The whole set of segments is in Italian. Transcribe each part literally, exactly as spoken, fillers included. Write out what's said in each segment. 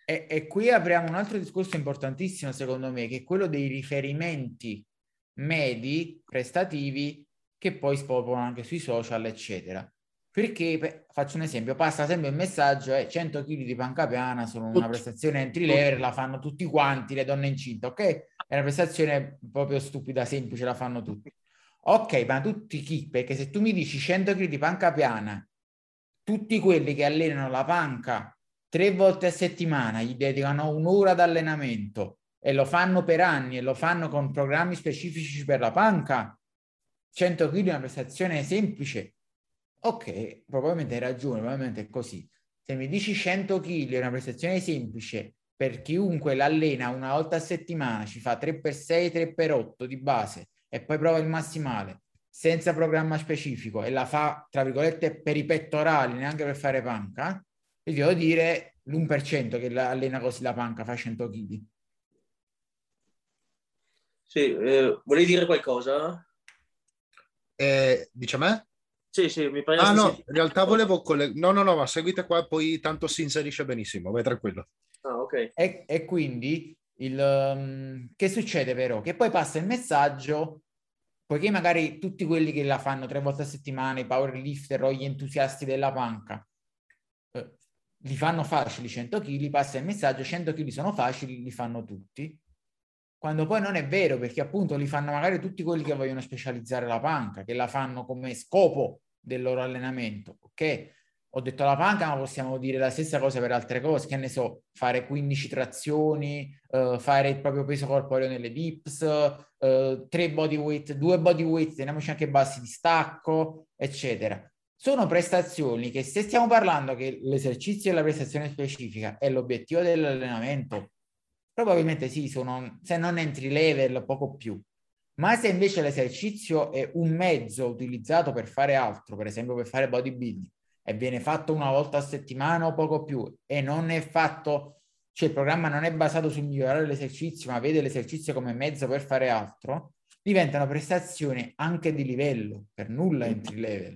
E, e qui apriamo un altro discorso importantissimo, secondo me, che è quello dei riferimenti medi, prestativi, che poi spopolano anche sui social, eccetera. Perché, per, faccio un esempio, passa sempre il messaggio, eh, cento chili di panca piana sono una Tutti, prestazione entry tutti. level, la fanno tutti quanti, le donne incinte, ok? È una prestazione proprio stupida, semplice, la fanno tutti. Ok, ma tutti chi? Perché se tu mi dici cento chili di panca piana, tutti quelli che allenano la panca tre volte a settimana, gli dedicano un'ora d'allenamento e lo fanno per anni e lo fanno con programmi specifici per la panca, cento chili è una prestazione semplice. Ok, probabilmente hai ragione, probabilmente è così. Se mi dici cento chili è una prestazione semplice per chiunque l'allena una volta a settimana, ci fa tre per sei, tre per otto di base e poi prova il massimale senza programma specifico e la fa, tra virgolette, per i pettorali, neanche per fare panca, io devo dire l'uno per cento che allena così la panca fa cento chili. Sì, eh, volevi dire qualcosa? Eh, dice a me? Sì, sì, mi pare Ah stessi... no, in realtà volevo colleg- no, no, no, ma seguite qua, poi tanto si inserisce benissimo, vai tranquillo. Ah, ok. E, e quindi il, um, che succede però? Che poi passa il messaggio, poiché magari tutti quelli che la fanno tre volte a settimana, i powerlifter o gli entusiasti della panca, eh, li fanno facili cento chili, passa il messaggio cento chili sono facili, li fanno tutti. Quando poi non è vero, perché appunto li fanno magari tutti quelli che vogliono specializzare la panca, che la fanno come scopo del loro allenamento, ok? Ho detto la panca, ma possiamo dire la stessa cosa per altre cose, che ne so, fare quindici trazioni, eh, fare il proprio peso corporeo nelle dips, eh, tre body weight, due body weight, teniamoci anche bassi di stacco, eccetera. Sono prestazioni che, se stiamo parlando che l'esercizio e la prestazione specifica è l'obiettivo dell'allenamento, probabilmente sì, sono, se non entry level, poco più. Ma se invece l'esercizio è un mezzo utilizzato per fare altro, per esempio per fare bodybuilding, e viene fatto una volta a settimana o poco più, e non è fatto, cioè il programma non è basato sul migliorare l'esercizio, ma vede l'esercizio come mezzo per fare altro, diventano prestazioni anche di livello, per nulla entry level.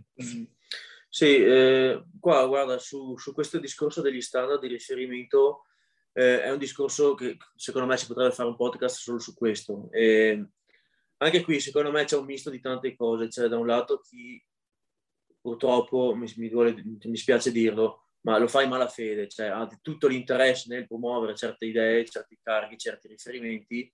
Sì, eh, qua guarda, su, su questo discorso degli standard di riferimento eh, è un discorso che secondo me si potrebbe fare un podcast solo su questo. E anche qui secondo me c'è un misto di tante cose, cioè da un lato chi purtroppo, mi, mi, duole, mi spiace dirlo, ma lo fa in malafede, cioè ha tutto l'interesse nel promuovere certe idee, certi carichi, certi riferimenti,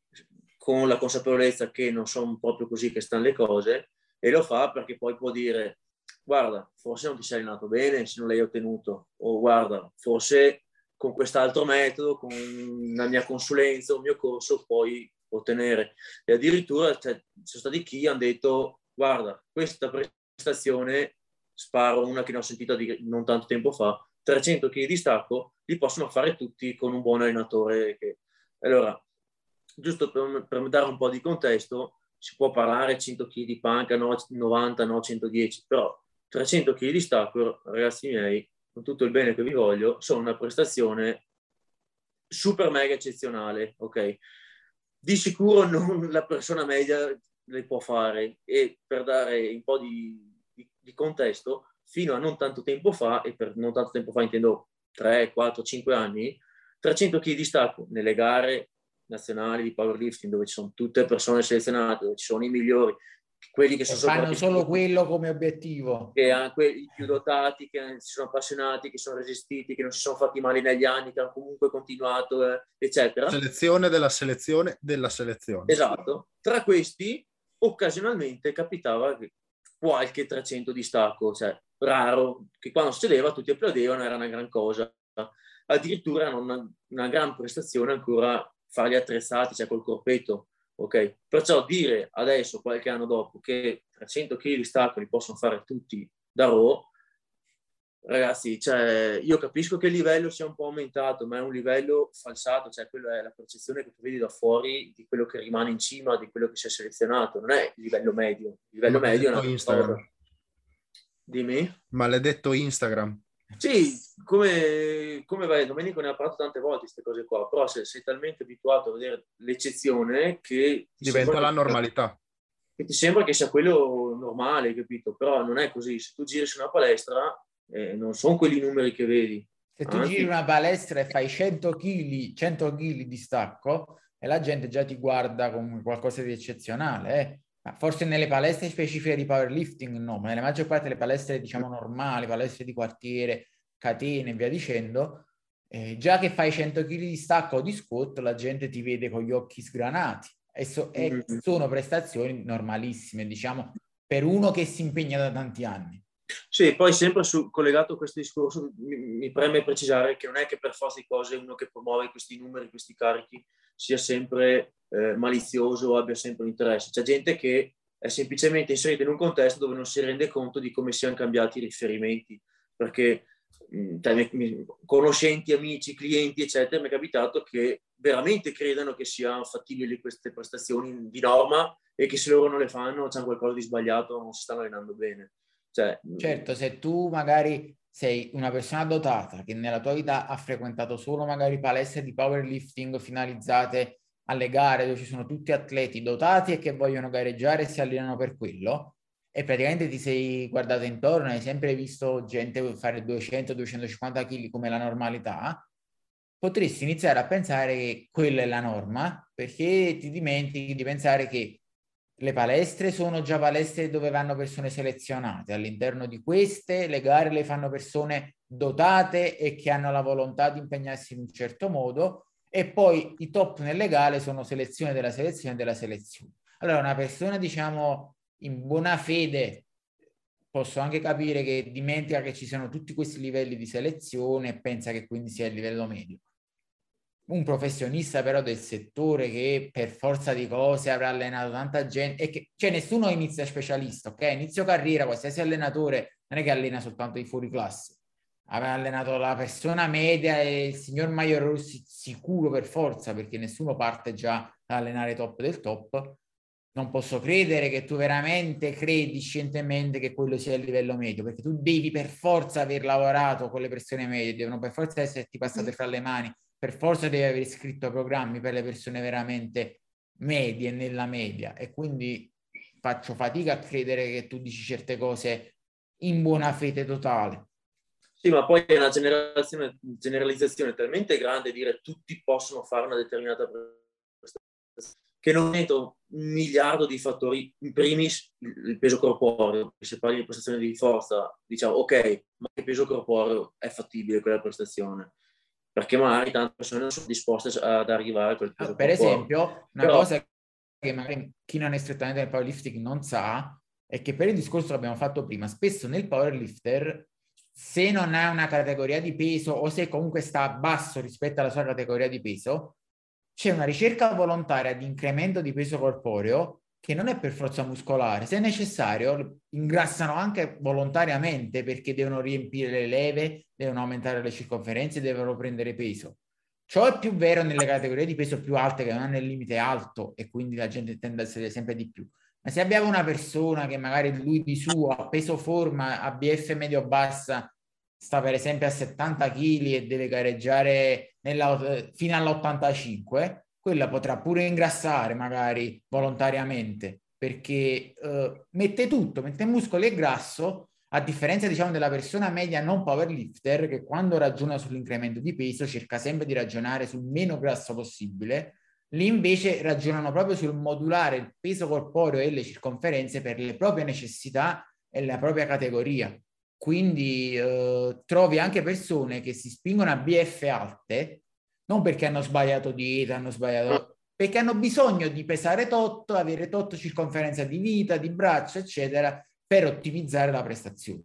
con la consapevolezza che non sono proprio così che stanno le cose, e lo fa perché poi può dire guarda, forse non ti sei allenato bene se non l'hai ottenuto, o guarda, forse con quest'altro metodo, con la mia consulenza, un mio corso, puoi ottenere. E addirittura cioè, ci sono stati chi hanno detto guarda, questa prestazione, sparo una che ne ho sentita di, non tanto tempo fa, trecento chili di stacco, li possono fare tutti con un buon allenatore. Che... Allora, giusto per, per dare un po' di contesto, si può parlare cento chili di panca, no, novanta, no, centodieci, però trecento chili di stacco, ragazzi miei, con tutto il bene che vi voglio, sono una prestazione super mega eccezionale, ok? Di sicuro non la persona media le può fare, e per dare un po' di, di, di contesto, fino a non tanto tempo fa, e per non tanto tempo fa intendo tre, quattro, cinque anni, trecento chili di stacco nelle gare nazionali di powerlifting, dove ci sono tutte persone selezionate, dove ci sono i migliori, quelli che E sono fanno solo sopravvissuti, quello come obiettivo. che hanno quelli più dotati, che si sono appassionati, che sono resistiti, che non si sono fatti male negli anni, che hanno comunque continuato, eh, eccetera. Selezione della selezione della selezione. Esatto. Tra questi, occasionalmente capitava che qualche trecento di stacco, cioè raro, che quando succedeva tutti applaudivano, era una gran cosa. Addirittura era una, una gran prestazione ancora farli attrezzati, cioè col corpetto. Ok, perciò dire adesso, qualche anno dopo, che trecento chili di stacco li possono fare tutti da raw, ragazzi, cioè, io capisco che il livello sia un po' aumentato, ma è un livello falsato, cioè quella è la percezione che tu vedi da fuori di quello che rimane in cima, di quello che si è selezionato, non è il livello medio. Il livello medio è Maledetto una Instagram. cosa. Dimmi? Maledetto Instagram. Sì, come, come vai, Domenico ne ha parlato tante volte queste cose qua, però se sei talmente abituato a vedere l'eccezione che ti Diventa la che, normalità. che ti sembra che sia quello normale, capito? Però non è così. Se tu giri su una palestra, eh, non sono quelli i numeri che vedi. Se tu Anzi, giri una palestra e fai cento chili, cento chili di stacco e la gente già ti guarda come qualcosa di eccezionale, eh. Ma forse nelle palestre specifiche di powerlifting no, ma nella maggior parte delle palestre diciamo normali, palestre di quartiere, catene e via dicendo, eh, già che fai cento chili di stacco o di squat, la gente ti vede con gli occhi sgranati e, so- e mm, sono prestazioni normalissime, diciamo, per uno che si impegna da tanti anni. sì, poi sempre su, collegato a questo discorso, mi, mi preme precisare che non è che per forza di cose uno che promuove questi numeri, questi carichi, sia sempre eh, malizioso o abbia sempre un interesse. C'è gente che è semplicemente inserita in un contesto dove non si rende conto di come siano cambiati i riferimenti, perché mh, cioè, mi, conoscenti, amici, clienti, eccetera, mi è capitato che veramente credano che siano fattibili queste prestazioni di norma e che se loro non le fanno c'è qualcosa di sbagliato, non si stanno allenando bene. Cioè, Certo, se tu magari sei una persona dotata che nella tua vita ha frequentato solo magari palestre di powerlifting finalizzate alle gare dove ci sono tutti atleti dotati e che vogliono gareggiare e si allenano per quello e praticamente ti sei guardato intorno e hai sempre visto gente fare duecento duecentocinquanta chili come la normalità, potresti iniziare a pensare che quella è la norma perché ti dimentichi di pensare che le palestre sono già palestre dove vanno persone selezionate. All'interno di queste le gare le fanno persone dotate e che hanno la volontà di impegnarsi in un certo modo e poi i top nelle gare sono selezione della selezione della selezione. Allora una persona diciamo in buona fede posso anche capire che dimentica che ci siano tutti questi livelli di selezione e pensa che quindi sia il livello medio. Un professionista però del settore che per forza di cose avrà allenato tanta gente e che cioè nessuno inizia specialista, ok? Inizio carriera, qualsiasi allenatore non è che allena soltanto i fuori classe, avrà allenato la persona media e il signor Maior Rossi sicuro per forza perché nessuno parte già da allenare top del top. Non posso credere che tu veramente credi scientemente che quello sia il livello medio, perché tu devi per forza aver lavorato con le persone medie, devono per forza esserti passate fra le mani, per forza devi aver scritto programmi per le persone veramente medie nella media e quindi faccio fatica a credere che tu dici certe cose in buona fede totale. sì, ma poi è una generalizzazione, generalizzazione talmente grande dire tutti possono fare una determinata prestazione che non metto un miliardo di fattori, in primis il peso corporeo, se parli di prestazione di forza, diciamo ok, ma il peso corporeo è fattibile quella prestazione, perché magari tante persone non sono disposte ad arrivare a quel peso Per corporeo. esempio, una Però, cosa che magari chi non è strettamente nel powerlifting non sa è che per il discorso che abbiamo fatto prima, spesso nel powerlifter se non ha una categoria di peso o se comunque sta basso rispetto alla sua categoria di peso, c'è una ricerca volontaria di incremento di peso corporeo che non è per forza muscolare. Se è necessario, ingrassano anche volontariamente perché devono riempire le leve, devono aumentare le circonferenze, devono prendere peso. Ciò è più vero nelle categorie di peso più alte che non hanno il limite alto e quindi la gente tende a sedere sempre di più. Ma se abbiamo una persona che magari lui di suo ha peso forma, a B F medio-bassa, sta per esempio a settanta chili e deve gareggiare nella, fino all'ottantacinque, quella potrà pure ingrassare magari volontariamente perché eh, mette tutto, mette muscoli e grasso, a differenza diciamo della persona media non powerlifter che quando ragiona sull'incremento di peso cerca sempre di ragionare sul meno grasso possibile. Lì invece ragionano proprio sul modulare il peso corporeo e le circonferenze per le proprie necessità e la propria categoria. Quindi eh, trovi anche persone che si spingono a B F alte, non perché hanno sbagliato dieta, hanno sbagliato, perché hanno bisogno di pesare tot, avere tot circonferenza di vita, di braccia, eccetera, per ottimizzare la prestazione.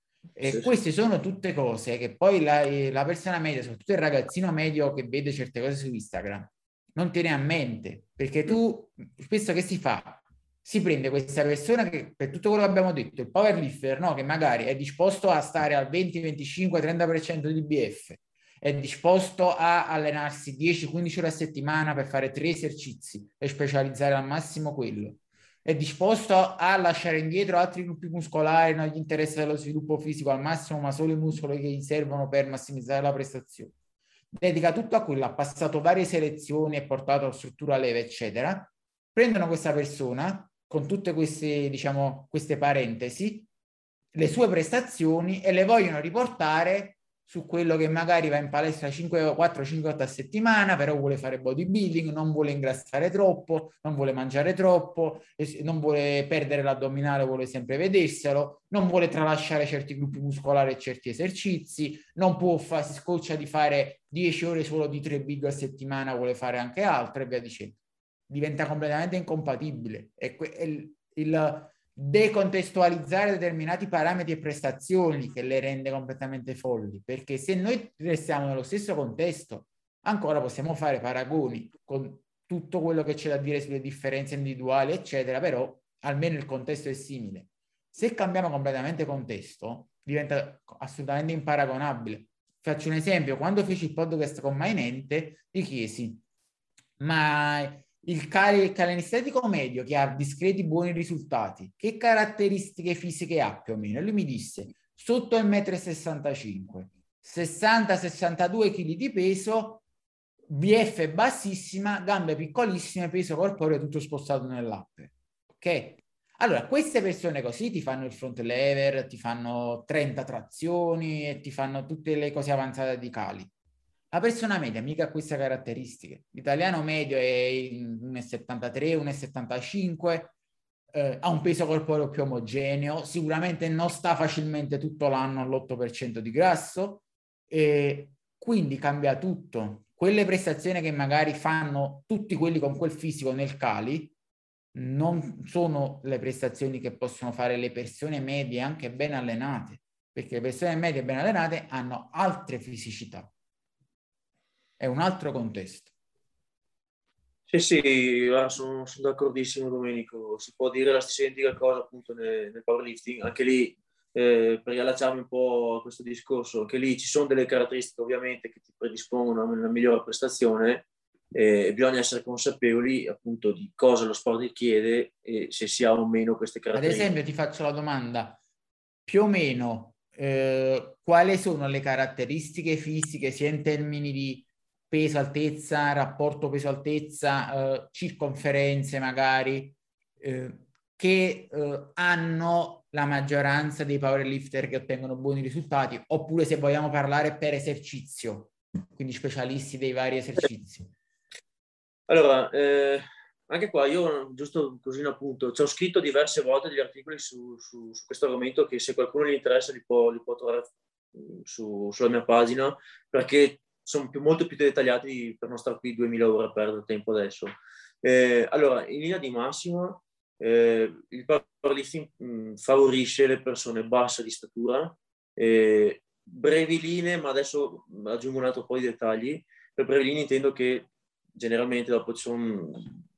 E sì, queste sono tutte cose che poi la, la persona media, soprattutto il ragazzino medio che vede certe cose su Instagram, non tiene a mente, perché tu spesso che si fa? Si prende questa persona che per tutto quello che abbiamo detto, il powerlifter, no? Che magari è disposto a stare al venti, venticinque, trenta per cento di B F, è disposto a allenarsi dieci quindici ore a settimana per fare tre esercizi e specializzare al massimo quello, è disposto a lasciare indietro altri gruppi muscolari, non gli interessa dello sviluppo fisico al massimo, ma solo i muscoli che gli servono per massimizzare la prestazione. Dedica tutto a quello, ha passato varie selezioni, è portato a struttura leve, eccetera. Prendono questa persona con tutte queste, diciamo, queste parentesi, le sue prestazioni e le vogliono riportare su quello che magari va in palestra quattro cinque volte a settimana, però vuole fare bodybuilding, non vuole ingrassare troppo, non vuole mangiare troppo, non vuole perdere l'addominale, vuole sempre vederselo, non vuole tralasciare certi gruppi muscolari e certi esercizi, non può fare, si scoccia di fare dieci ore solo di tre big a settimana, vuole fare anche altro e via dicendo. Diventa completamente incompatibile. E que- il, il decontestualizzare determinati parametri e prestazioni che le rende completamente folli, perché se noi restiamo nello stesso contesto ancora possiamo fare paragoni con tutto quello che c'è da dire sulle differenze individuali eccetera, però almeno il contesto è simile. Se cambiamo completamente contesto diventa assolutamente imparagonabile. Faccio un esempio: quando feci il podcast con Mainente gli chiesi: ma il cal- calistetico medio che ha discreti buoni risultati, che caratteristiche fisiche ha più o meno? E lui mi disse: sotto il uno e sessantacinque m, sessanta sessantadue chili di peso, B F bassissima, gambe piccolissime, peso corporeo tutto spostato nell'app. Ok? Allora, queste persone così ti fanno il front lever, ti fanno trenta trazioni e ti fanno tutte le cose avanzate di cali. La persona media mica ha queste caratteristiche. L'italiano medio è uno e settantatré, uno e settantacinque, eh, ha un peso corporeo più omogeneo, sicuramente non sta facilmente tutto l'anno all'otto per cento di grasso, e quindi cambia tutto. Quelle prestazioni che magari fanno tutti quelli con quel fisico nel cali non sono le prestazioni che possono fare le persone medie anche ben allenate, perché le persone medie ben allenate hanno altre fisicità. È un altro contesto. Sì, sì, sono, sono d'accordissimo Domenico, si può dire la stessa identica cosa appunto nel, nel powerlifting, anche lì eh, per riallacciarmi un po' a questo discorso, anche lì ci sono delle caratteristiche ovviamente che ti predispongono a una migliore prestazione e bisogna essere consapevoli appunto di cosa lo sport richiede e se si ha o meno queste Ad caratteristiche. esempio ti faccio la domanda, più o meno eh, quali sono le caratteristiche fisiche sia in termini di peso, altezza, rapporto peso-altezza, eh, circonferenze magari, eh, che eh, hanno la maggioranza dei powerlifter che ottengono buoni risultati, oppure se vogliamo parlare per esercizio, quindi specialisti dei vari esercizi. Allora, eh, anche qua io, giusto così un appunto, ci ho scritto diverse volte degli articoli su, su, su questo argomento che se qualcuno gli interessa li può, li può trovare su, sulla mia pagina, perché sono più, molto più dettagliati per non stare qui duemila ore a perdere tempo adesso. Eh, allora, in linea di massima, eh, il powerlifting mh, favorisce le persone basse di statura, eh, brevi linee, ma adesso aggiungo un altro po' di dettagli. Per brevi linee intendo che generalmente dopo ci sono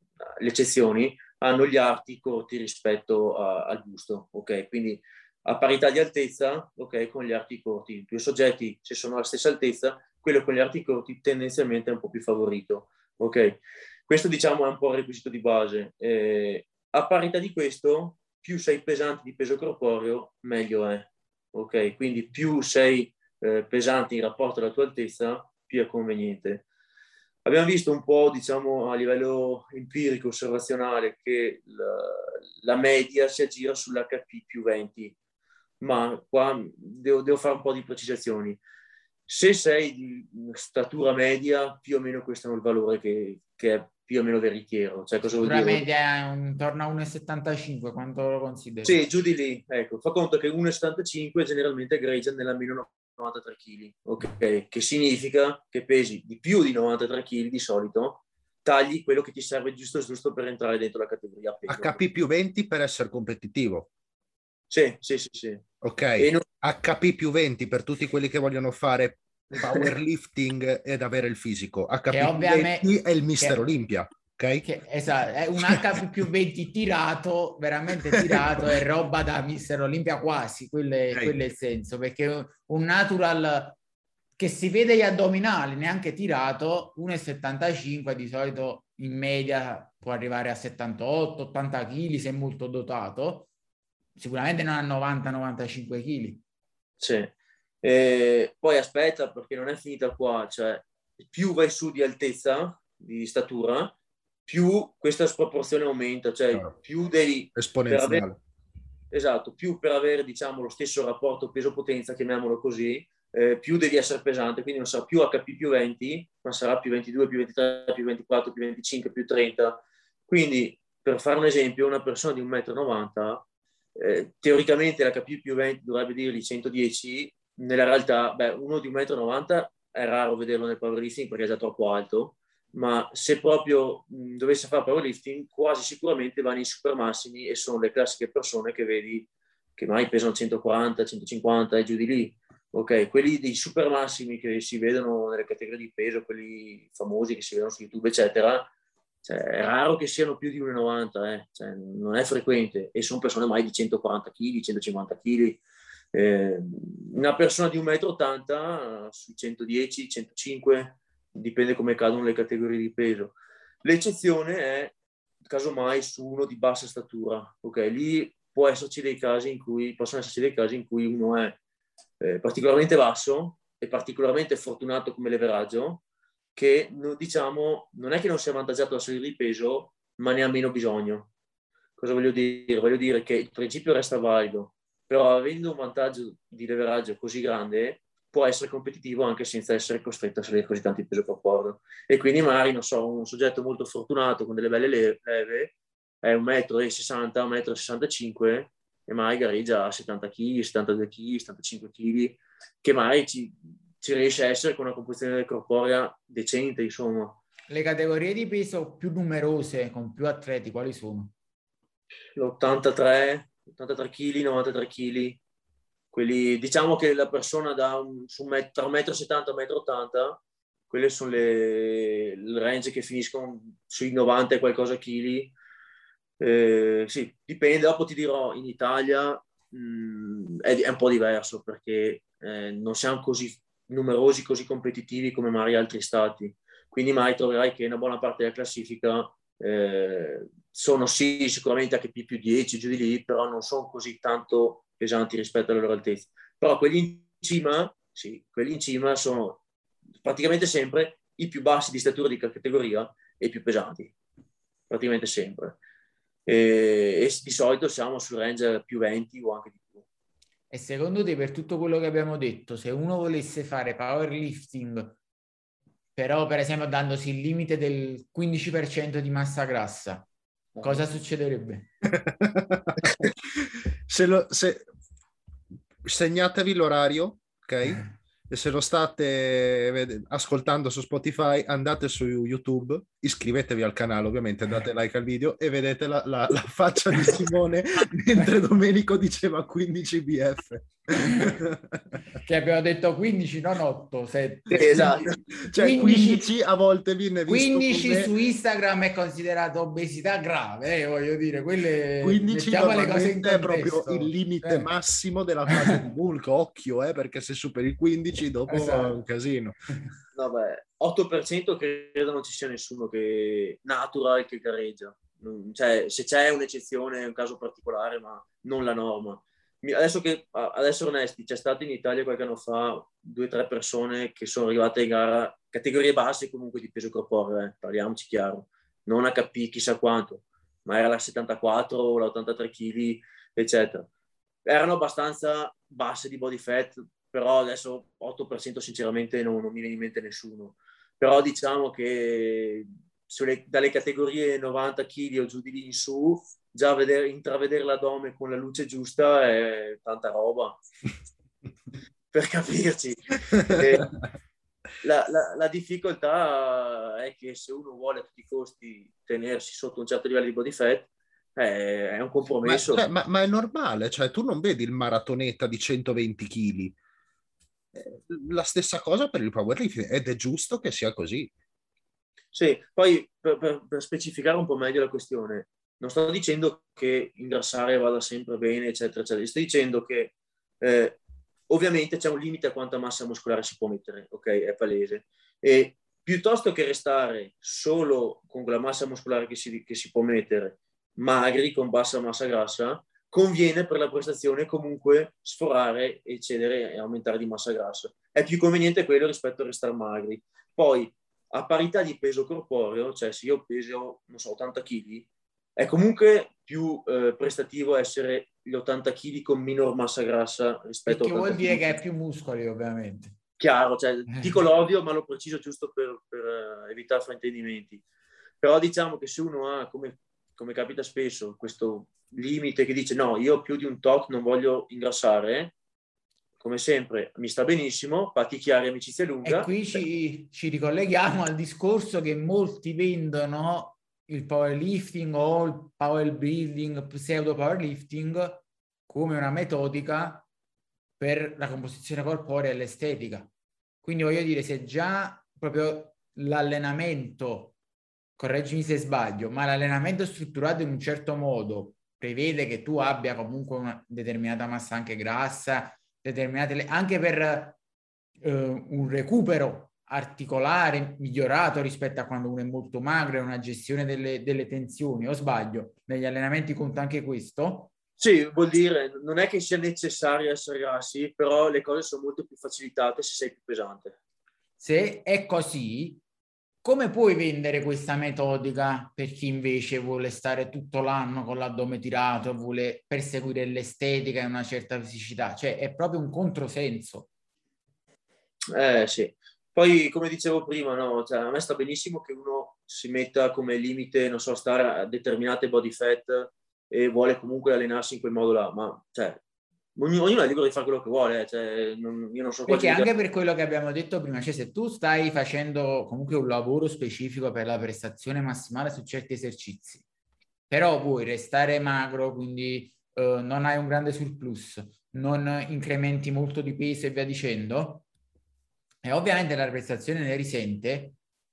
le eccezioni, hanno gli arti corti rispetto a, al busto, ok? Quindi a parità di altezza, ok, con gli arti corti. Due soggetti, se sono alla stessa altezza, quello con gli arti corti tendenzialmente è un po' più favorito, ok? Questo diciamo è un po' il requisito di base. Eh, a parità di questo, più sei pesante di peso corporeo, meglio è, ok? Quindi più sei eh, pesante in rapporto alla tua altezza, più è conveniente. Abbiamo visto un po', diciamo, a livello empirico, osservazionale, che la, la media si aggira sull'H P più venti, ma qua devo, devo fare un po' di precisazioni. Se sei di statura media, più o meno questo è il valore che, che è più o meno veritiero. Cioè, cosa vuol dire? La media è intorno a uno e settantacinque, quanto lo consideri? Sì, giù di lì. Ecco, fa conto che uno e settantacinque generalmente greggia nella meno novantatré chili, ok? Che significa che pesi di più di novantatré chili di solito, tagli quello che ti serve giusto giusto per entrare dentro la categoria peso. H P più venti per essere competitivo. Sì, sì, sì, sì. Ok, E non... H P più venti per tutti quelli che vogliono fare powerlifting ed avere il fisico. H P che più ovviamente venti è il Mister che, Olympia, ok? Che, esatto, è un H P più venti tirato, veramente tirato, è roba da Mister Olympia quasi, quello è, Okay. quello è il senso, perché un natural che si vede gli addominali neanche tirato, uno e settantacinque di solito in media può arrivare a settantotto ottanta chili se è molto dotato, sicuramente non a novanta novantacinque chili. Sì. E poi aspetta, perché non è finita qua, cioè più vai su di altezza, di statura, più questa sproporzione aumenta, cioè Chiaro. più devi Esponenziale. per avere, esatto, più per avere diciamo lo stesso rapporto peso-potenza, chiamiamolo così, eh, più devi essere pesante, quindi non sarà più acca pi più venti, ma sarà più ventidue, più ventitré, più ventiquattro, più venticinque, più trenta. Quindi, per fare un esempio, una persona di un metro e novanta, eh, teoricamente l'acca pi più venti dovrebbe dirgli centodieci, nella realtà, beh, uno di un metro e novanta è raro vederlo nel powerlifting perché è già troppo alto, ma se proprio mh, dovesse fare powerlifting, quasi sicuramente va nei super massimi e sono le classiche persone che vedi che mai pesano centoquaranta, centocinquanta e giù di lì. Ok, quelli dei super massimi che si vedono nelle categorie di peso, quelli famosi che si vedono su YouTube, eccetera, cioè, è raro che siano più di uno e novanta, eh. Cioè, non è frequente, e sono persone mai di centoquaranta chili, centocinquanta chili. Eh, una persona di uno e ottanta m sui centodieci, centocinque, dipende come cadono le categorie di peso. L'eccezione è casomai su uno di bassa statura, ok? Lì può esserci dei casi in cui possono esserci dei casi in cui uno è eh, particolarmente basso e particolarmente fortunato come leveraggio, che no, diciamo non è che non sia avvantaggiato da salire di peso, ma ne ha meno bisogno. Cosa voglio dire? Voglio dire che il principio resta valido, però avendo un vantaggio di leveraggio così grande può essere competitivo anche senza essere costretto a salire così tanto di peso corporeo. E quindi magari, non so, un soggetto molto fortunato con delle belle leve è un metro e sessanta, un metro e sessantacinque e magari gareggia a settanta chili, settantadue chili, settantacinque chili, che magari ci, ci riesce a essere con una composizione corporea decente, insomma. Le categorie di peso più numerose, con più atleti, quali sono? l'ottantatré, ottantatré chili, novantatré chili. Quelli, diciamo che la persona da un, su un met- tra uno e settanta e uno e ottanta m, quelle sono le, le range che finiscono sui novanta e qualcosa chili. Eh, sì, dipende. Dopo ti dirò, in Italia mh, è, è un po' diverso perché eh, non siamo così numerosi, così competitivi come magari altri stati. Quindi mai troverai che una buona parte della classifica eh, sono sì sicuramente acca pi più dieci, giù di lì, però non sono così tanto pesanti rispetto alle loro altezze. Però quelli in cima, sì, quelli in cima sono praticamente sempre i più bassi di statura di categoria e i più pesanti, praticamente sempre. E, e di solito siamo sul range più venti o anche di più. E secondo te, per tutto quello che abbiamo detto, se uno volesse fare powerlifting, però per esempio dandosi il limite del quindici per cento di massa grassa, cosa succederebbe? se lo, se... Segnatevi l'orario, ok? E se lo state ascoltando su Spotify, andate su YouTube, iscrivetevi al canale, ovviamente, date like al video e vedete la, la, la faccia di Simone mentre Domenico diceva quindici B F. Che abbiamo detto quindici, non otto, sette. Esatto. Cioè quindici a volte viene visto quindici come... su Instagram è considerato obesità grave, eh, voglio dire, quelle quindici mettiamo le cose in normalmente è proprio contesto. il limite Eh. massimo della fase di bulk, occhio, eh, perché se superi il quindici dopo Esatto. è un casino. No, beh, otto per cento credo non ci sia nessuno che natural che gareggia. Cioè, se c'è un'eccezione, è un caso particolare, ma non la norma. Adesso che, ad essere onesti, c'è stato in Italia qualche anno fa due o tre persone che sono arrivate in gara, categorie basse comunque di peso corporeo, eh, parliamoci chiaro, non acca pi chissà quanto, ma era la settantaquattro o la ottantatré chili, eccetera. Erano abbastanza basse di body fat, però adesso otto per cento sinceramente non, non mi viene in mente nessuno. Però diciamo che sulle, dalle categorie novanta chili o giù di lì in su, già vedere, intravedere l'addome con la luce giusta è tanta roba. Per capirci. E la, la, la difficoltà è che se uno vuole a tutti i costi tenersi sotto un certo livello di body fat, è, è un compromesso. Ma, cioè, ma, ma è normale, cioè tu non vedi il maratoneta di centoventi chili. La stessa cosa per il powerlifting ed è giusto che sia così. Sì, poi per, per, per specificare un po' meglio la questione, non sto dicendo che ingrassare vada sempre bene, eccetera, eccetera. Sto dicendo che eh, ovviamente c'è un limite a quanta massa muscolare si può mettere, ok? È palese. E piuttosto che restare solo con la massa muscolare che si, che si può mettere, magri, con bassa massa grassa, conviene per la prestazione comunque sforare, eccedere e aumentare di massa grassa. È più conveniente quello rispetto a restare magri. Poi, a parità di peso corporeo, cioè se io peso, non so, ottanta chili, è comunque più eh, prestativo essere gli ottanta chili con minor massa grassa rispetto Perché a vuol dire chili. che hai più muscoli, ovviamente. Chiaro, cioè, dico l'ovvio, ma lo preciso giusto per, per uh, evitare fraintendimenti. Però diciamo che se uno ha, come, come capita spesso, questo limite che dice no, io più di un tot non voglio ingrassare, come sempre mi sta benissimo, patti chiari, amicizia lunga. E qui ci, ci ricolleghiamo al discorso che molti vendono il powerlifting o il powerbuilding, pseudo powerlifting come una metodica per la composizione corporea e l'estetica. Quindi voglio dire, se già proprio l'allenamento, correggimi se sbaglio, ma l'allenamento strutturato in un certo modo prevede che tu abbia comunque una determinata massa anche grassa, determinate, anche per eh, un recupero articolare migliorato rispetto a quando uno è molto magro e una gestione delle, delle tensioni, o sbaglio? Negli allenamenti conta anche questo? Sì, vuol dire, non è che sia necessario essere grassi, però le cose sono molto più facilitate se sei più pesante. Se è così, come puoi vendere questa metodica per chi invece vuole stare tutto l'anno con l'addome tirato e vuole perseguire l'estetica e una certa fisicità? Cioè, è proprio un controsenso. Eh sì. Poi, come dicevo prima, no, cioè, a me sta benissimo che uno si metta come limite, non so, stare a determinate body fat e vuole comunque allenarsi in quel modo là, ma cioè, ognuno, ognuno è libero di fare quello che vuole, cioè, non, io non so Perché anche per quello che abbiamo detto prima, cioè se tu stai facendo comunque un lavoro specifico per la prestazione massimale su certi esercizi, però vuoi restare magro, quindi eh, non hai un grande surplus, non incrementi molto di peso e via dicendo, e ovviamente la prestazione ne risente,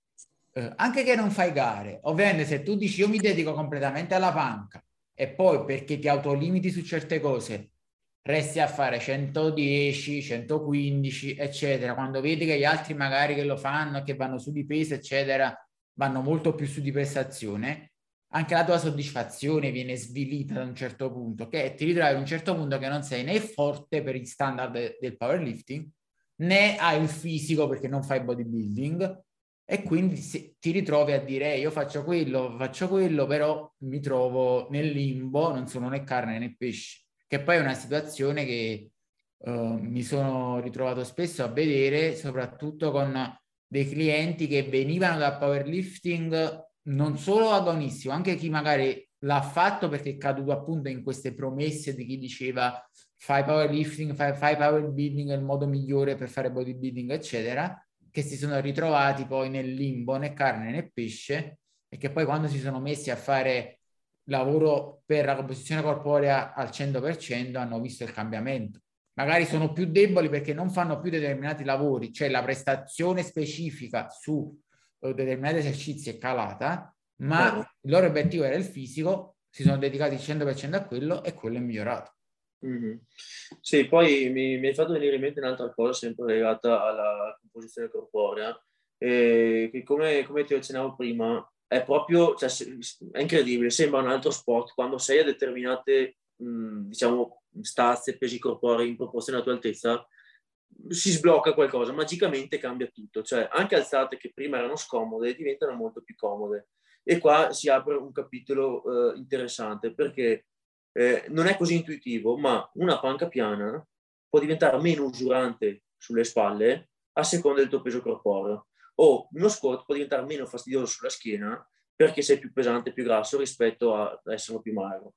eh, anche che non fai gare. Ovviamente se tu dici io mi dedico completamente alla panca e poi perché ti autolimiti su certe cose resti a fare centodieci, centoquindici, eccetera, quando vedi che gli altri magari che lo fanno, che vanno su di peso, eccetera, vanno molto più su di prestazione, anche la tua soddisfazione viene svilita da un certo punto, che ti ritrovi a un certo punto che non sei né forte per i standard del powerlifting, né hai il fisico perché non fai bodybuilding, e quindi se ti ritrovi a dire io faccio quello, faccio quello, però mi trovo nel limbo, non sono né carne né pesce. Che poi è una situazione che uh, mi sono ritrovato spesso a vedere, soprattutto con dei clienti che venivano dal powerlifting non solo agonistico, anche chi magari l'ha fatto perché è caduto appunto in queste promesse di chi diceva fai powerlifting, fai, fai powerbuilding, è il modo migliore per fare bodybuilding, eccetera, che si sono ritrovati poi nel limbo, né carne né pesce, e che poi quando si sono messi a fare lavoro per la composizione corporea al cento per cento hanno visto il cambiamento. Magari sono più deboli perché non fanno più determinati lavori, cioè la prestazione specifica su uh, determinati esercizi è calata, ma il loro obiettivo era il fisico, si sono dedicati il cento per cento a quello e quello è migliorato. Mm-hmm. Sì, poi mi, mi hai fatto venire in mente un'altra cosa sempre legata alla composizione corporea, eh, che come, come ti accennavo prima, è proprio, cioè, è incredibile, sembra un altro sport quando sei a determinate, mh, diciamo, stazze, pesi corporei in proporzione alla tua altezza, si sblocca qualcosa, magicamente cambia tutto, cioè anche alzate che prima erano scomode diventano molto più comode. E qua si apre un capitolo eh, interessante perché eh, non è così intuitivo, ma una panca piana può diventare meno usurante sulle spalle a seconda del tuo peso corporeo, o uno squat può diventare meno fastidioso sulla schiena perché sei più pesante, più grasso rispetto a essere più magro.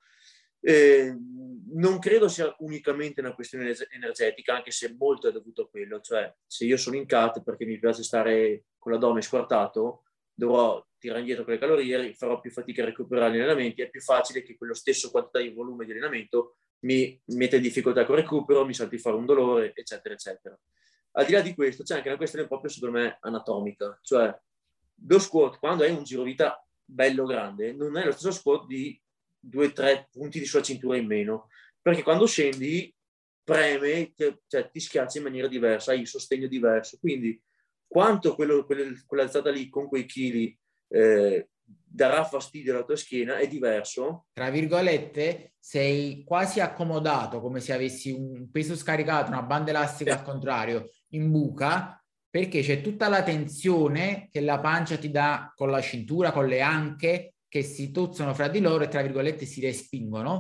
Eh, non credo sia unicamente una questione energetica, anche se molto è dovuto a quello, cioè se io sono in cut perché mi piace stare con l'addome squartato, dovrò tirare indietro quelle calorie, farò più fatica a recuperare gli allenamenti, è più facile che quello stesso quantità di volume di allenamento mi metta in difficoltà con il recupero, mi salti fuori un dolore, eccetera, eccetera. Al di là di questo c'è anche una questione proprio, secondo me, anatomica, cioè lo squat, quando hai un girovita bello grande, non è lo stesso squat di due tre punti di sua cintura in meno, perché quando scendi preme, cioè ti schiaccia in maniera diversa, hai il sostegno diverso, quindi quanto quello, quell'alzata lì con quei chili eh, darà fastidio alla tua schiena è diverso. Tra virgolette, sei quasi accomodato, come se avessi un peso scaricato, una banda elastica al contrario, in buca, perché c'è tutta la tensione che la pancia ti dà con la cintura, con le anche, che si tozzano fra di loro e tra virgolette si respingono,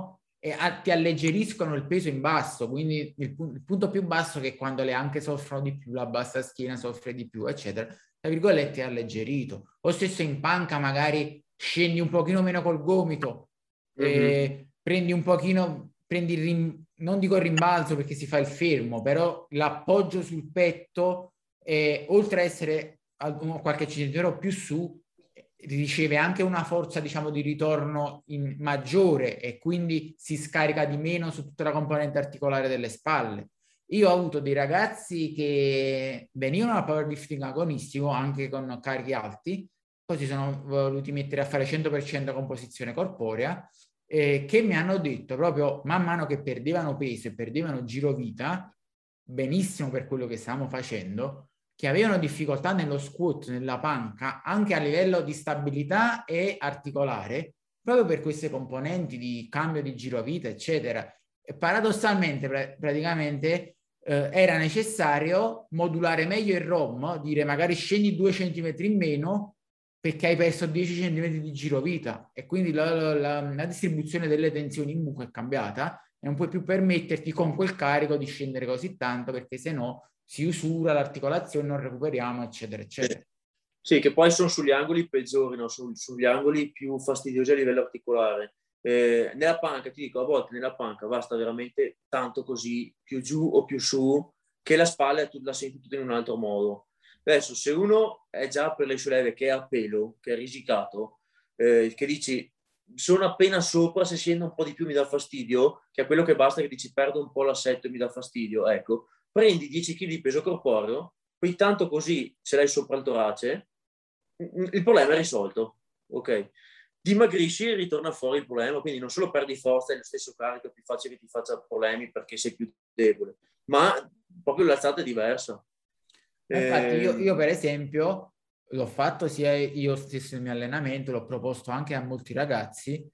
e a, ti alleggeriscono il peso in basso, quindi il, il punto più basso che quando le anche soffrono di più, la bassa schiena soffre di più, eccetera, tra virgolette è alleggerito. O stesso in panca magari scendi un pochino meno col gomito, eh, mm-hmm. prendi un pochino, prendi il rim, non dico il rimbalzo perché si fa il fermo, però l'appoggio sul petto, eh, oltre a essere qualche centimetro più su, riceve anche una forza, diciamo, di ritorno in maggiore e quindi si scarica di meno su tutta la componente articolare delle spalle. Io ho avuto dei ragazzi che venivano al powerlifting agonistico anche con carichi alti, poi si sono voluti mettere a fare cento per cento composizione corporea, eh, che mi hanno detto proprio man mano che perdevano peso e perdevano girovita, benissimo per quello che stavamo facendo, che avevano difficoltà nello squat, nella panca, anche a livello di stabilità e articolare, proprio per queste componenti di cambio di girovita, eccetera. E paradossalmente, pra- praticamente, eh, era necessario modulare meglio il R O M, dire magari scendi due centimetri in meno perché hai perso dieci centimetri di girovita e quindi la, la, la distribuzione delle tensioni in buco è cambiata e non puoi più permetterti con quel carico di scendere così tanto perché se no si usura l'articolazione, non recuperiamo, eccetera, eccetera. Sì, che poi sono sugli angoli peggiori, no? Su, sugli angoli più fastidiosi a livello articolare. Eh, nella panca, ti dico, a volte nella panca basta veramente tanto così, più giù o più su, che la spalla tu la senti tutta in un altro modo. Adesso, se uno è già per le solleve che è a pelo, che è risicato, eh, che dici, sono appena sopra, se scendo un po' di più mi dà fastidio, che è quello che basta che dici, perdo un po' l'assetto e mi dà fastidio, ecco, prendi dieci chili di peso corporeo, poi tanto così ce l'hai sopra il torace, il problema è risolto, ok? Dimagrisci e ritorna fuori il problema, quindi non solo perdi forza, è lo stesso carico, è più facile che ti faccia problemi perché sei più debole, ma proprio l'alzata è diversa. Infatti eh... io, io per esempio l'ho fatto sia io stesso nel mio allenamento, l'ho proposto anche a molti ragazzi,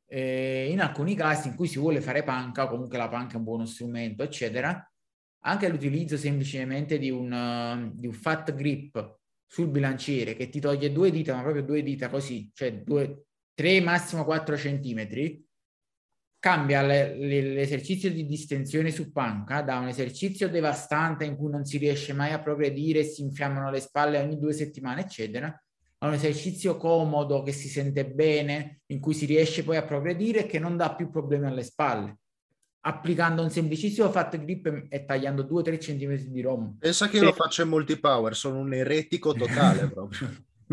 eh, in alcuni casi in cui si vuole fare panca, comunque la panca è un buono strumento, eccetera, anche l'utilizzo semplicemente di un, uh, di un fat grip sul bilanciere che ti toglie due dita, ma proprio due dita così, cioè due, tre, massimo quattro centimetri, cambia le, le, l'esercizio di distensione su panca da un esercizio devastante in cui non si riesce mai a progredire, si infiammano le spalle ogni due settimane, eccetera, a un esercizio comodo che si sente bene, in cui si riesce poi a progredire e che non dà più problemi alle spalle, applicando un semplicissimo fat grip e tagliando due o tre centimetri di R O M. Pensa che io lo faccio in multipower, sono un eretico totale proprio.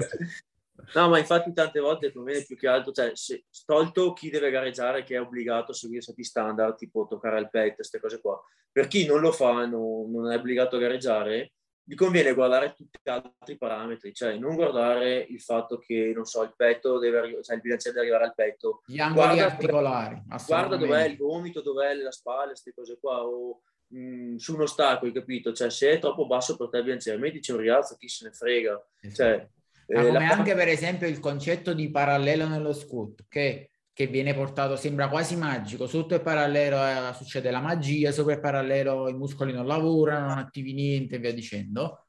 No, ma infatti tante volte conviene più che altro, cioè, se, tolto chi deve gareggiare che è obbligato a seguire certi standard, tipo toccare al petto, queste cose qua. Per chi non lo fa, no, non è obbligato a gareggiare, gli conviene guardare tutti gli altri parametri, cioè non guardare il fatto che, non so, il petto deve arrivare, cioè il bilanciere deve arrivare al petto. Gli angoli guarda articolari, dov'è, guarda dov'è il gomito, dov'è la spalla, queste cose qua, o mh, su un ostacolo, hai capito? Cioè se è troppo basso per te il bilanciere, mettici un rialzo, chi se ne frega. Cioè, ma come eh, anche per esempio il concetto di parallelo nello squat, che, che viene portato, sembra quasi magico, sotto il parallelo eh, succede la magia, sopra il parallelo i muscoli non lavorano, non attivi niente e via dicendo.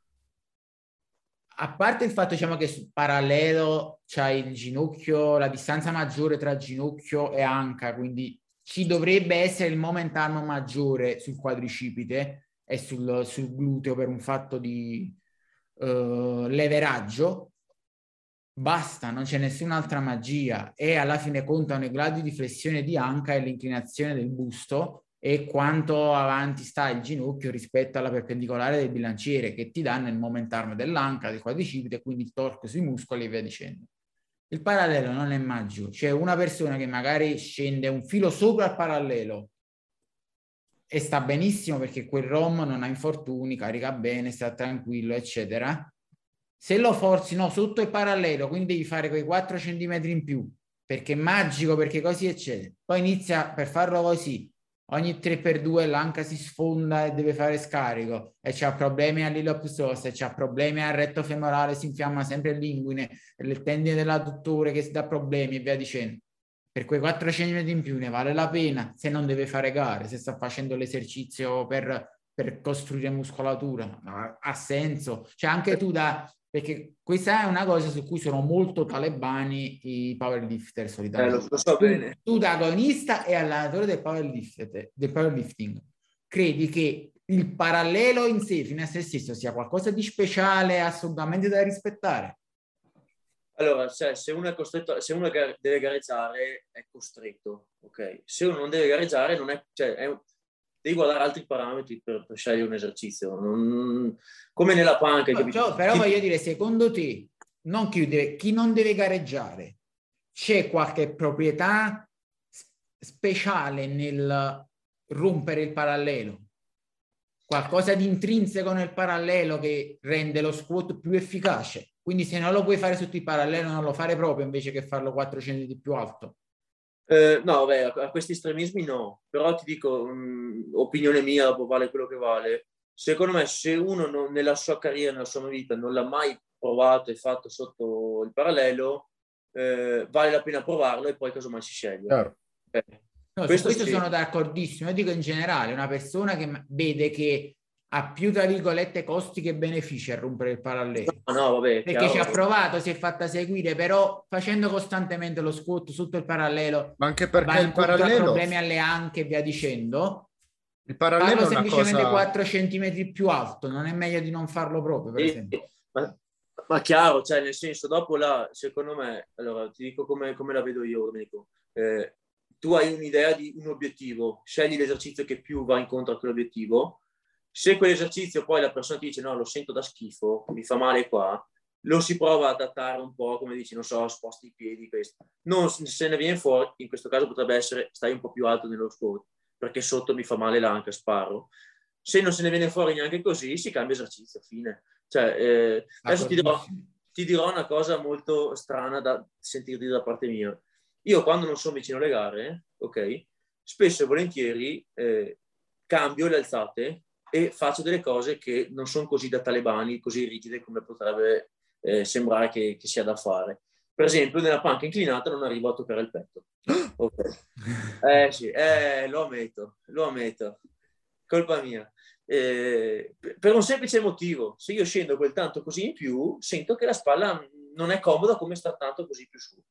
A parte il fatto, diciamo, che sul parallelo c'hai il ginocchio, la distanza maggiore tra ginocchio e anca, quindi ci dovrebbe essere il moment arm maggiore sul quadricipite e sul, sul gluteo per un fatto di uh, leveraggio. Basta, non c'è nessun'altra magia e alla fine contano i gradi di flessione di anca e l'inclinazione del busto e quanto avanti sta il ginocchio rispetto alla perpendicolare del bilanciere che ti danno il moment arm dell'anca, del quadricipite, quindi il torque sui muscoli e via dicendo. Il parallelo non è magico, c'è una persona che magari scende un filo sopra il parallelo e sta benissimo perché quel R O M non ha infortuni, carica bene, sta tranquillo, eccetera. Se lo forzi no, sotto il parallelo, quindi devi fare quei quattro centimetri in più, perché è magico, perché così eccetera. Poi inizia per farlo così, ogni tre per due l'anca si sfonda e deve fare scarico, e c'ha problemi all'iliopsoas, e c'ha problemi al retto femorale, si infiamma sempre il linguine, il tendine dell'adduttore che si dà problemi e via dicendo. Per quei quattro centimetri in più ne vale la pena se non deve fare gare, se sta facendo l'esercizio per per costruire muscolatura, ha, ha senso. Cioè anche tu da... Perché questa è una cosa su cui sono molto talebani i powerlifter solitamente. Eh, lo, lo so tu, bene. Tu da agonista e allenatore del powerlifting, del powerlifting, credi che il parallelo in sé, fino a se stesso, sia qualcosa di speciale, assolutamente da rispettare? Allora, cioè, se uno è costretto, se uno deve gareggiare, è costretto, ok? Se uno non deve gareggiare, non è, cioè, è, devi guardare altri parametri per, per scegliere un esercizio. Non, come nella panca. No, cioè, però voglio dire, secondo te, non chi, deve, chi non deve gareggiare, c'è qualche proprietà speciale nel rompere il parallelo? Qualcosa di intrinseco nel parallelo che rende lo squat più efficace? Quindi se non lo puoi fare sotto il parallelo, non lo fare proprio invece che farlo quattro centimetri più alto? Eh, no, beh, a, a questi estremismi no. Però ti dico, mh, opinione mia, dopo vale quello che vale. Secondo me, se uno non, nella sua carriera, nella sua vita, non l'ha mai provato e fatto sotto il parallelo, eh, vale la pena provarlo e poi casomai si sceglie. Claro. Eh. No, questo su questo sì. sono d'accordissimo. Io dico in generale, una persona che vede che ha più, tra virgolette, costi che benefici a rompere il parallelo. No, no, vabbè, perché chiaro. ci ha provato, si è fatta seguire, però facendo costantemente lo squat sotto il parallelo, ma anche perché va il incontro a parallelo, problemi alle anche e via dicendo. il parallelo Farlo è una semplicemente cosa... quattro centimetri più alto, non è meglio di non farlo proprio, per Sì, esempio? ma, ma chiaro, cioè nel senso, dopo là, secondo me, allora ti dico come, come la vedo io, Domenico. Eh, tu hai un'idea di un obiettivo, scegli l'esercizio che più va incontro a quell'obiettivo. Se quell'esercizio poi la persona ti dice no, lo sento da schifo, mi fa male qua, lo si prova ad adattare un po', come dici, non so, sposti i piedi, questo. Non se ne viene fuori, in questo caso potrebbe essere stai un po' più alto nello squat, perché sotto mi fa male l'anca, sparo. Se non se ne viene fuori neanche così, si cambia esercizio, fine. Cioè, eh, adesso ti dirò, ti dirò una cosa molto strana da sentire dire da parte mia. Io quando non sono vicino alle gare, ok, spesso e volentieri eh, cambio le alzate e faccio delle cose che non sono così da talebani, così rigide come potrebbe eh, sembrare che, che sia da fare. Per esempio, nella panca inclinata non arrivo a toccare il petto. Ok. Eh sì, eh, lo ammetto, lo ammetto. Colpa mia. Eh, per un semplice motivo, se io scendo quel tanto così in più, sento che la spalla non è comoda come sta tanto così più su.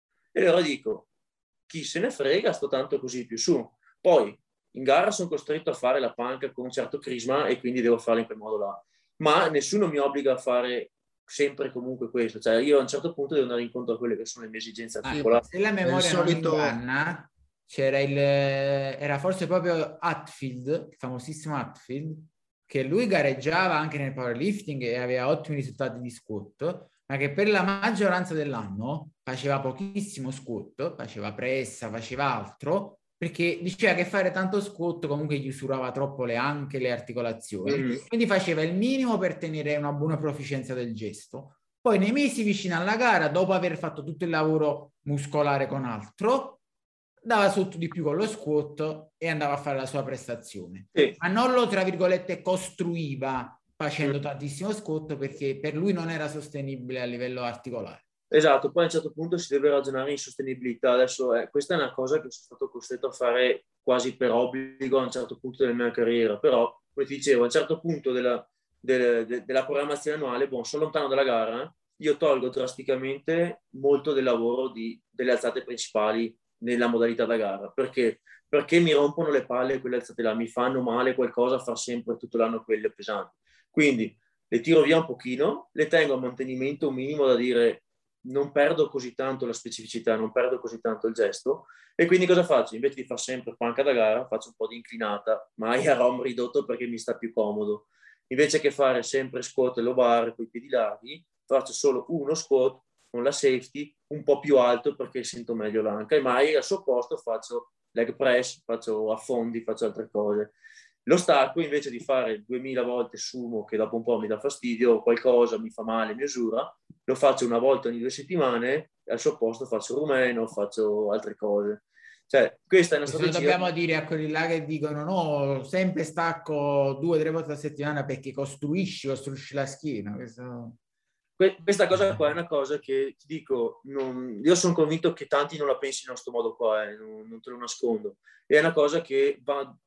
E allora dico, chi se ne frega, sto tanto così più su. Poi, in gara sono costretto a fare la panca con un certo crisma e quindi devo farla in quel modo là. Ma nessuno mi obbliga a fare sempre comunque questo. Cioè, io a un certo punto devo andare incontro a quelle che sono le mie esigenze articolari. Ah, se la memoria solito... non inganna, c'era il... era forse proprio Hatfield, il famosissimo Hatfield, che lui gareggiava anche nel powerlifting e aveva ottimi risultati di squat, ma che per la maggioranza dell'anno faceva pochissimo squat, faceva pressa, faceva altro, perché diceva che fare tanto squat comunque gli usurava troppo le anche le articolazioni, mm-hmm. quindi faceva il minimo per tenere una buona proficienza del gesto. Poi nei mesi vicini alla gara, dopo aver fatto tutto il lavoro muscolare con altro, dava sotto di più con lo squat e andava a fare la sua prestazione. Sì. Ma non lo, tra virgolette, costruiva facendo mm. tantissimo squat perché per lui non era sostenibile a livello articolare. Esatto, poi a un certo punto si deve ragionare in sostenibilità. Adesso eh, questa è una cosa che sono stato costretto a fare quasi per obbligo a un certo punto della mia carriera, però, come ti dicevo, a un certo punto della, del, de, della programmazione annuale, boh, sono lontano dalla gara, io tolgo drasticamente molto del lavoro di, delle alzate principali nella modalità da gara. Perché? Perché mi rompono le palle quelle alzate là, mi fanno male qualcosa a far sempre tutto l'anno quelle pesanti. Quindi le tiro via un pochino, le tengo a mantenimento un minimo da dire non perdo così tanto la specificità, non perdo così tanto il gesto, e quindi cosa faccio? Invece di far sempre panca da gara, faccio un po' di inclinata, mai a rom ridotto perché mi sta più comodo. Invece che fare sempre squat e low bar con i piedi larghi, faccio solo uno squat con la safety un po' più alto perché sento meglio l'anca, e mai al suo posto faccio leg press, faccio affondi, faccio altre cose. Lo stacco, invece di fare duemila volte sumo che dopo un po' mi dà fastidio, qualcosa mi fa male, mi usura, lo faccio una volta ogni due settimane e al suo posto faccio rumeno, faccio altre cose. Cioè, questa è una strategia. Dobbiamo dire a quelli là che dicono no, sempre stacco due o tre volte a settimana perché costruisci, costruisci la schiena. Questo... Questa cosa qua è una cosa che ti dico, non, io sono convinto che tanti non la pensino in questo modo qua, eh, non, non te lo nascondo. È una cosa che va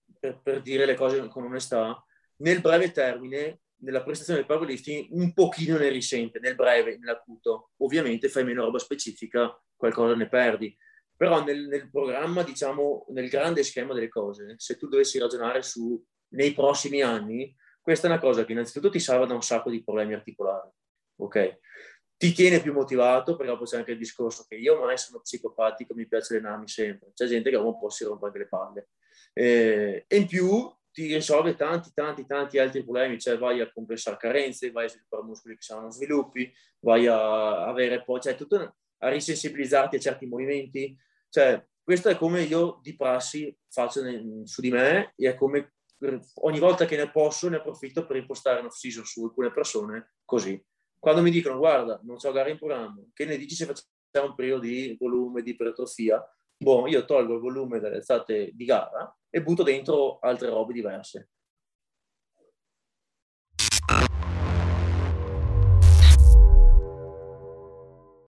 per, per dire le cose con onestà, nel breve termine, nella prestazione del powerlifting un pochino ne risente, nel breve, nell'acuto. Ovviamente fai meno roba specifica, qualcosa ne perdi. Però nel, nel programma, diciamo, nel grande schema delle cose, se tu dovessi ragionare su nei prossimi anni, questa è una cosa che innanzitutto ti salva da un sacco di problemi articolari, ok? Ti tiene più motivato, perché dopo c'è anche il discorso che io ormai sono psicopatico, mi piace allenarmi sempre. C'è gente che un po' si rompe anche le palle. Eh, e in più ti risolve tanti, tanti, tanti altri problemi, cioè vai a compensare carenze, vai a sviluppare muscoli che saranno sviluppi, vai a avere poi, cioè tutto a risensibilizzarti a certi movimenti. Cioè, questo è come io di prassi faccio ne, su di me, e è come ogni volta che ne posso ne approfitto per impostare un off-season su alcune persone così. Quando mi dicono, guarda, non c'ho gara in programma, che ne dici se facciamo un periodo di volume, di ipertrofia? Boh, io tolgo il volume dalle alzate di gara e butto dentro altre robe diverse.